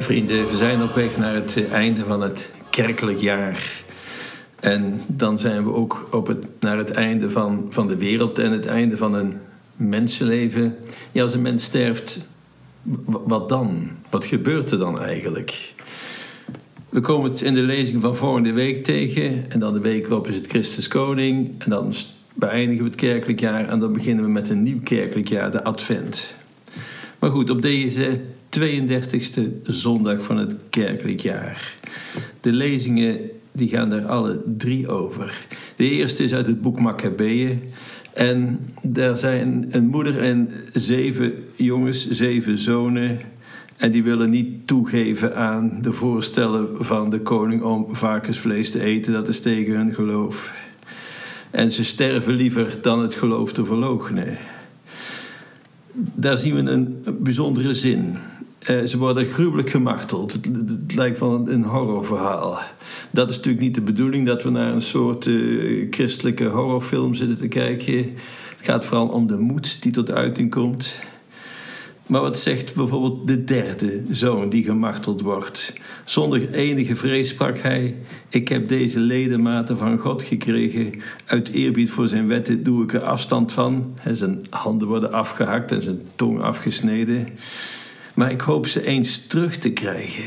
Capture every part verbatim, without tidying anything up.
Vrienden, we zijn op weg naar het einde van het kerkelijk jaar. En dan zijn we ook op het, naar het einde van, van de wereld en het einde van een mensenleven. Ja, als een mens sterft, wat dan? Wat gebeurt er dan eigenlijk? We komen het in de lezing van volgende week tegen. En dan de week erop is het Christus Koning. En dan beëindigen we het kerkelijk jaar. En dan beginnen we met een nieuw kerkelijk jaar, de Advent. Maar goed, op deze tweeëndertigste zondag van het kerkelijk jaar. De lezingen die gaan daar alle drie over. De eerste is uit het boek Makkabeeën. En daar zijn een moeder en zeven jongens, zeven zonen. En die willen niet toegeven aan de voorstellen van de koning om varkensvlees te eten. Dat is tegen hun geloof. En ze sterven liever dan het geloof te verloochenen. Daar zien we een bijzondere zin. Uh, ze worden gruwelijk gemarteld. Het, het, het lijkt wel een, een horrorverhaal. Dat is natuurlijk niet de bedoeling dat we naar een soort uh, christelijke horrorfilm zitten te kijken. Het gaat vooral om de moed die tot uiting komt. Maar wat zegt bijvoorbeeld de derde zoon die gemarteld wordt? Zonder enige vrees sprak hij: ik heb deze ledematen van God gekregen. Uit eerbied voor zijn wetten doe ik er afstand van. Zijn handen worden afgehakt en zijn tong afgesneden. Maar ik hoop ze eens terug te krijgen.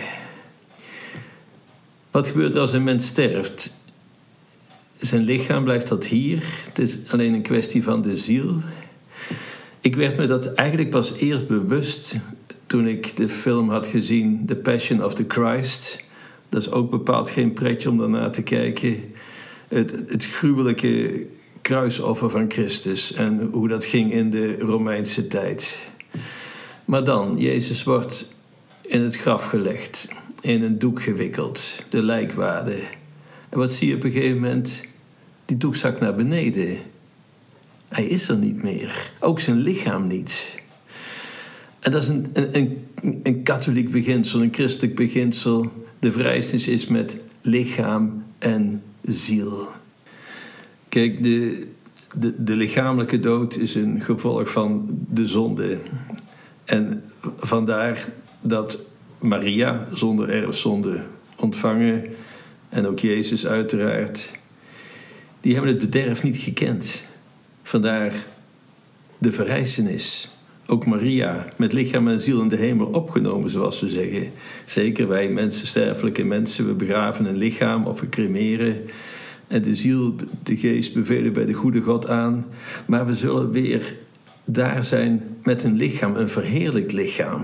Wat gebeurt er als een mens sterft? Zijn lichaam blijft dat hier. Het is alleen een kwestie van de ziel. Ik werd me dat eigenlijk pas eerst bewust toen ik de film had gezien, The Passion of the Christ. Dat is ook bepaald geen pretje om daarna te kijken. Het, het gruwelijke kruisoffer van Christus en hoe dat ging in de Romeinse tijd. Maar dan, Jezus wordt in het graf gelegd, in een doek gewikkeld, de lijkwade. En wat zie je op een gegeven moment? Die doek zakt naar beneden. Hij is er niet meer. Ook zijn lichaam niet. En dat is een, een, een katholiek beginsel, een christelijk beginsel. De verrijzenis is met lichaam en ziel. Kijk, de, de, de lichamelijke dood is een gevolg van de zonde. En vandaar dat Maria zonder erfzonde ontvangen, en ook Jezus uiteraard, die hebben het bederf niet gekend. Vandaar de verrijzenis. Ook Maria, met lichaam en ziel in de hemel opgenomen, zoals we zeggen. Zeker wij mensen, sterfelijke mensen, we begraven een lichaam of we cremeren. En de ziel, de geest bevelen bij de goede God aan. Maar we zullen weer daar zijn met een lichaam, een verheerlijkt lichaam.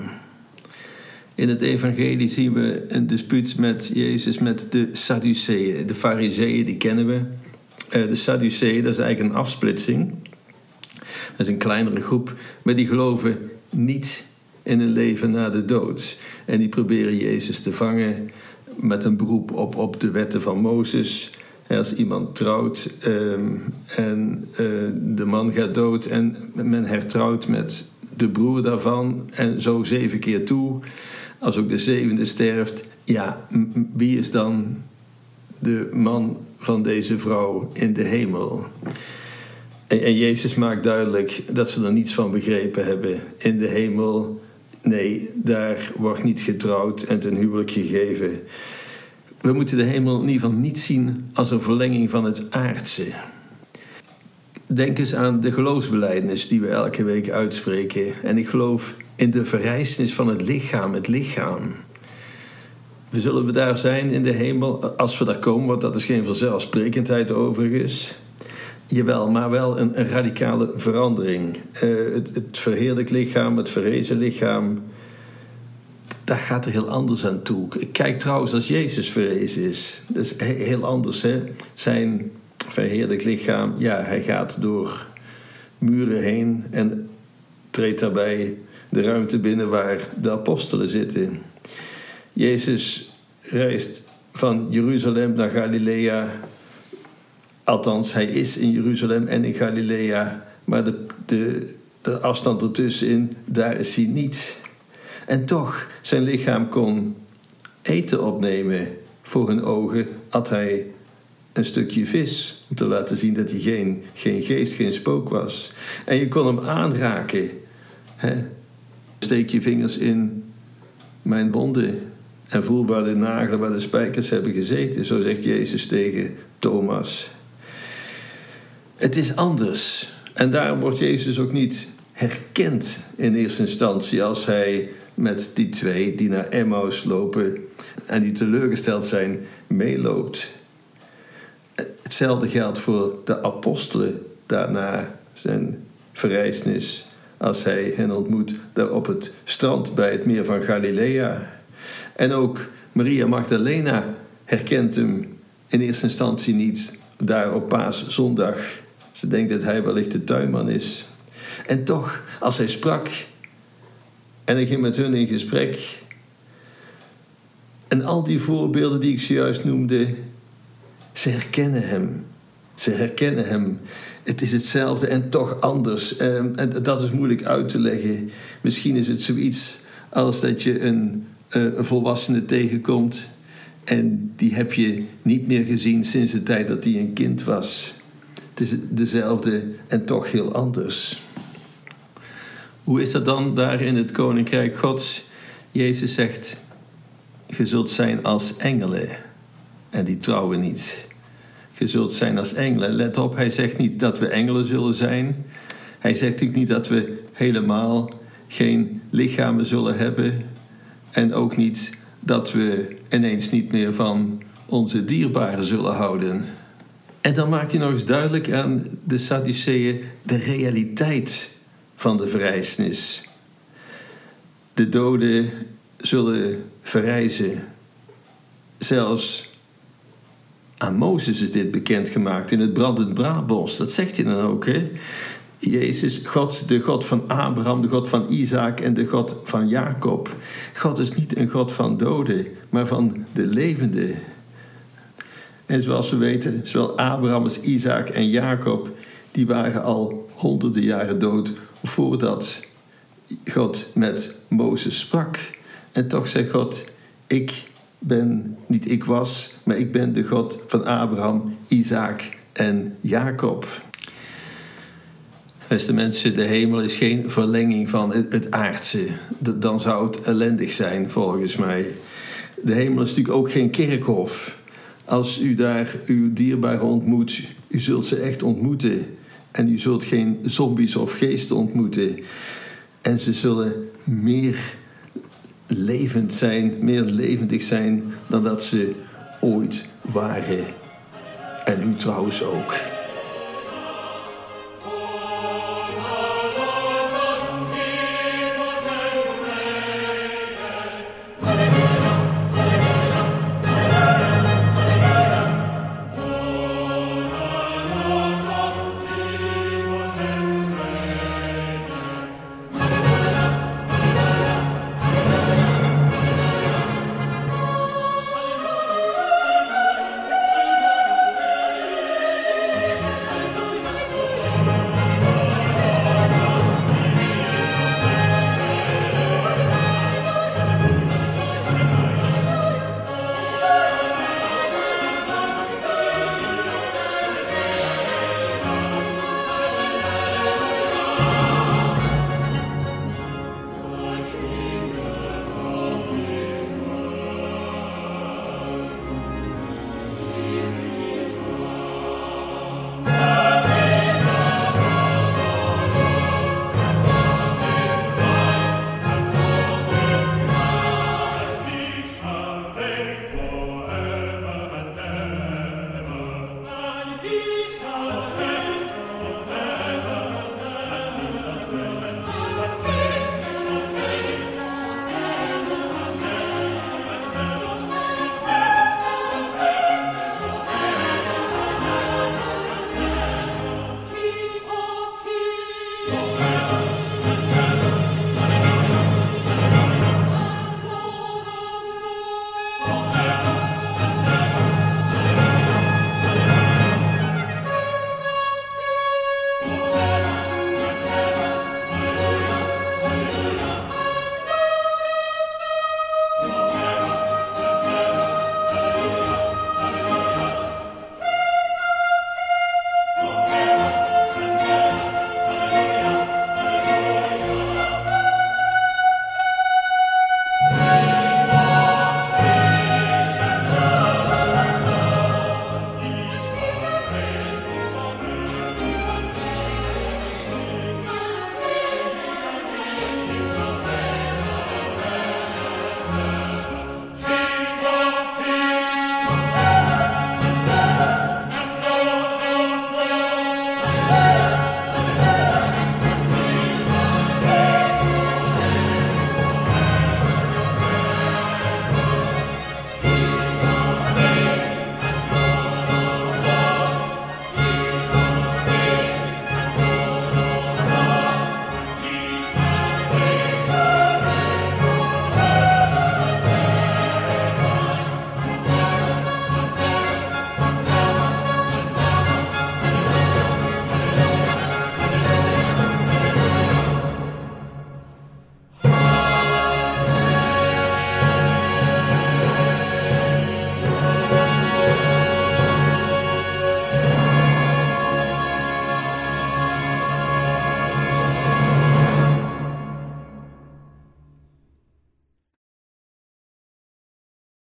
In het evangelie zien we een dispuut met Jezus met de Sadduceeën. De Farizeeën, die kennen we. De Sadduceeën, dat is eigenlijk een afsplitsing. Dat is een kleinere groep, maar die geloven niet in een leven na de dood. En die proberen Jezus te vangen met een beroep op, op de wetten van Mozes. Als iemand trouwt um, en uh, de man gaat dood en men hertrouwt met de broer daarvan en zo zeven keer toe. Als ook de zevende sterft, ja, m- wie is dan de man van deze vrouw in de hemel? En, en Jezus maakt duidelijk dat ze er niets van begrepen hebben. In de hemel, nee, daar wordt niet getrouwd en ten huwelijk gegeven. We moeten de hemel in ieder geval niet zien als een verlenging van het aardse. Denk eens aan de geloofsbelijdenis die we elke week uitspreken. En ik geloof in de verrijzenis van het lichaam, het lichaam. We zullen we daar zijn in de hemel, als we daar komen, want dat is geen vanzelfsprekendheid overigens. Jawel, maar wel een, een radicale verandering. Uh, het, het verheerlijk lichaam, het verrezen lichaam, daar gaat er heel anders aan toe. Kijk trouwens als Jezus verrezen is. Dat is heel anders, hè. Zijn verheerlijk lichaam, ja, hij gaat door muren heen en treedt daarbij de ruimte binnen waar de apostelen zitten. Jezus reist van Jeruzalem naar Galilea. Althans, hij is in Jeruzalem en in Galilea. Maar de, de, de afstand ertussenin, daar is hij niet. En toch, zijn lichaam kon eten opnemen. Voor hun ogen at hij een stukje vis. Om te laten zien dat hij geen, geen geest, geen spook was. En je kon hem aanraken. Hè? Steek je vingers in mijn wonden. en voel waar de nagelen, waar de spijkers hebben gezeten. Zo zegt Jezus tegen Thomas. Het is anders. En daarom wordt Jezus ook niet herkend in eerste instantie als hij met die twee die naar Emmaus lopen en die teleurgesteld zijn, meeloopt. Hetzelfde geldt voor de apostelen daarna zijn verrijzenis als hij hen ontmoet daar op het strand bij het meer van Galilea. En ook Maria Magdalena herkent hem in eerste instantie niet daar op Paaszondag. Ze denkt dat hij wellicht de tuinman is. En toch, als hij sprak en hij ging met hun in gesprek en al die voorbeelden die ik zojuist noemde, ze herkennen hem. Ze herkennen hem. Het is hetzelfde en toch anders. En dat is moeilijk uit te leggen. Misschien is het zoiets als dat je een, een volwassene tegenkomt en die heb je niet meer gezien sinds de tijd dat hij een kind was. Het is dezelfde en toch heel anders. Hoe is dat dan daar in het Koninkrijk Gods? Jezus zegt, je zult zijn als engelen. En die trouwen niet. Je zult zijn als engelen. Let op, hij zegt niet dat we engelen zullen zijn. Hij zegt ook niet dat we helemaal geen lichamen zullen hebben. En ook niet dat we ineens niet meer van onze dierbaren zullen houden. En dan maakt hij nog eens duidelijk aan de Sadduceeën de realiteit van de verrijzenis. De doden zullen verrijzen. Zelfs aan Mozes is dit bekendgemaakt in het brandend braambos. Dat zegt hij dan ook, hè? Jezus, God, de God van Abraham, de God van Isaac en de God van Jacob. God is niet een God van doden, maar van de levenden. En zoals we weten, zowel Abraham als Isaac en Jacob, die waren al honderden jaren dood voordat God met Mozes sprak. En toch zei God, ik ben, niet ik was, maar ik ben de God van Abraham, Isaac en Jacob. Beste mensen, de hemel is geen verlenging van het, het aardse. Dan zou het ellendig zijn, volgens mij. De hemel is natuurlijk ook geen kerkhof. Als u daar uw dierbaren ontmoet, u zult ze echt ontmoeten. En u zult geen zombies of geesten ontmoeten. En ze zullen meer levend zijn, meer levendig zijn dan dat ze ooit waren. En u trouwens ook.